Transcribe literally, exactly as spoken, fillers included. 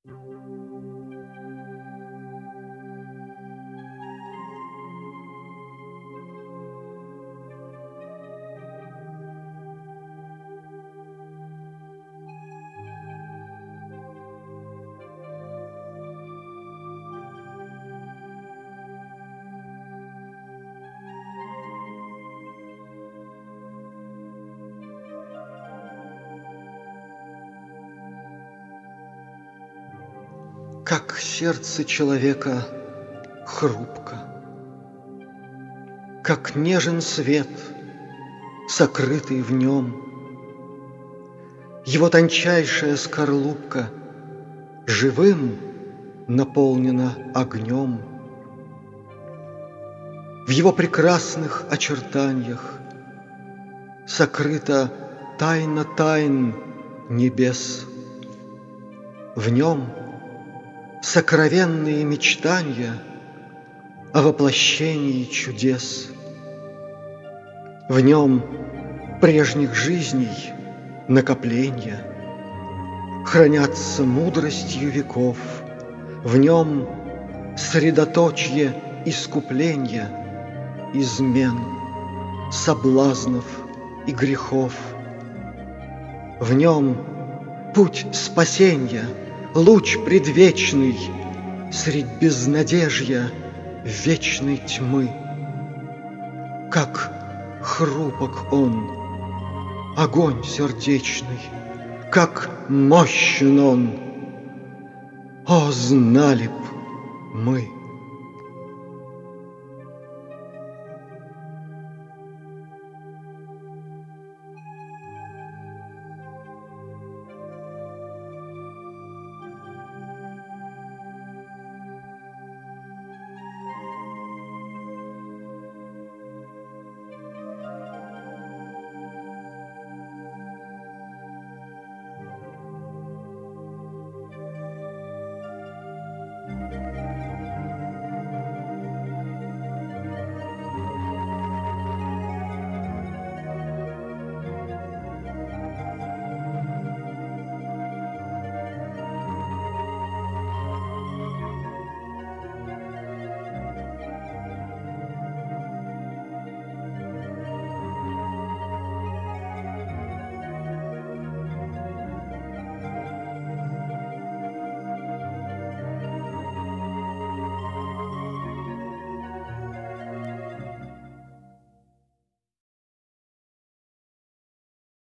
Как сердце человека хрупко, как нежен свет, сокрытый в нем. Его тончайшая скорлупка живым наполнена огнем. В его прекрасных очертаниях сокрыта тайна тайн небес. В нем сокровенные мечтания о воплощении чудес. В нем прежних жизней накопления хранятся мудростью веков. В нем средоточие искупления, измен, соблазнов и грехов. В нем путь спасения, луч предвечный средь безнадежья вечной тьмы. Как хрупок он, огонь сердечный, как мощен он! О, знали б мы!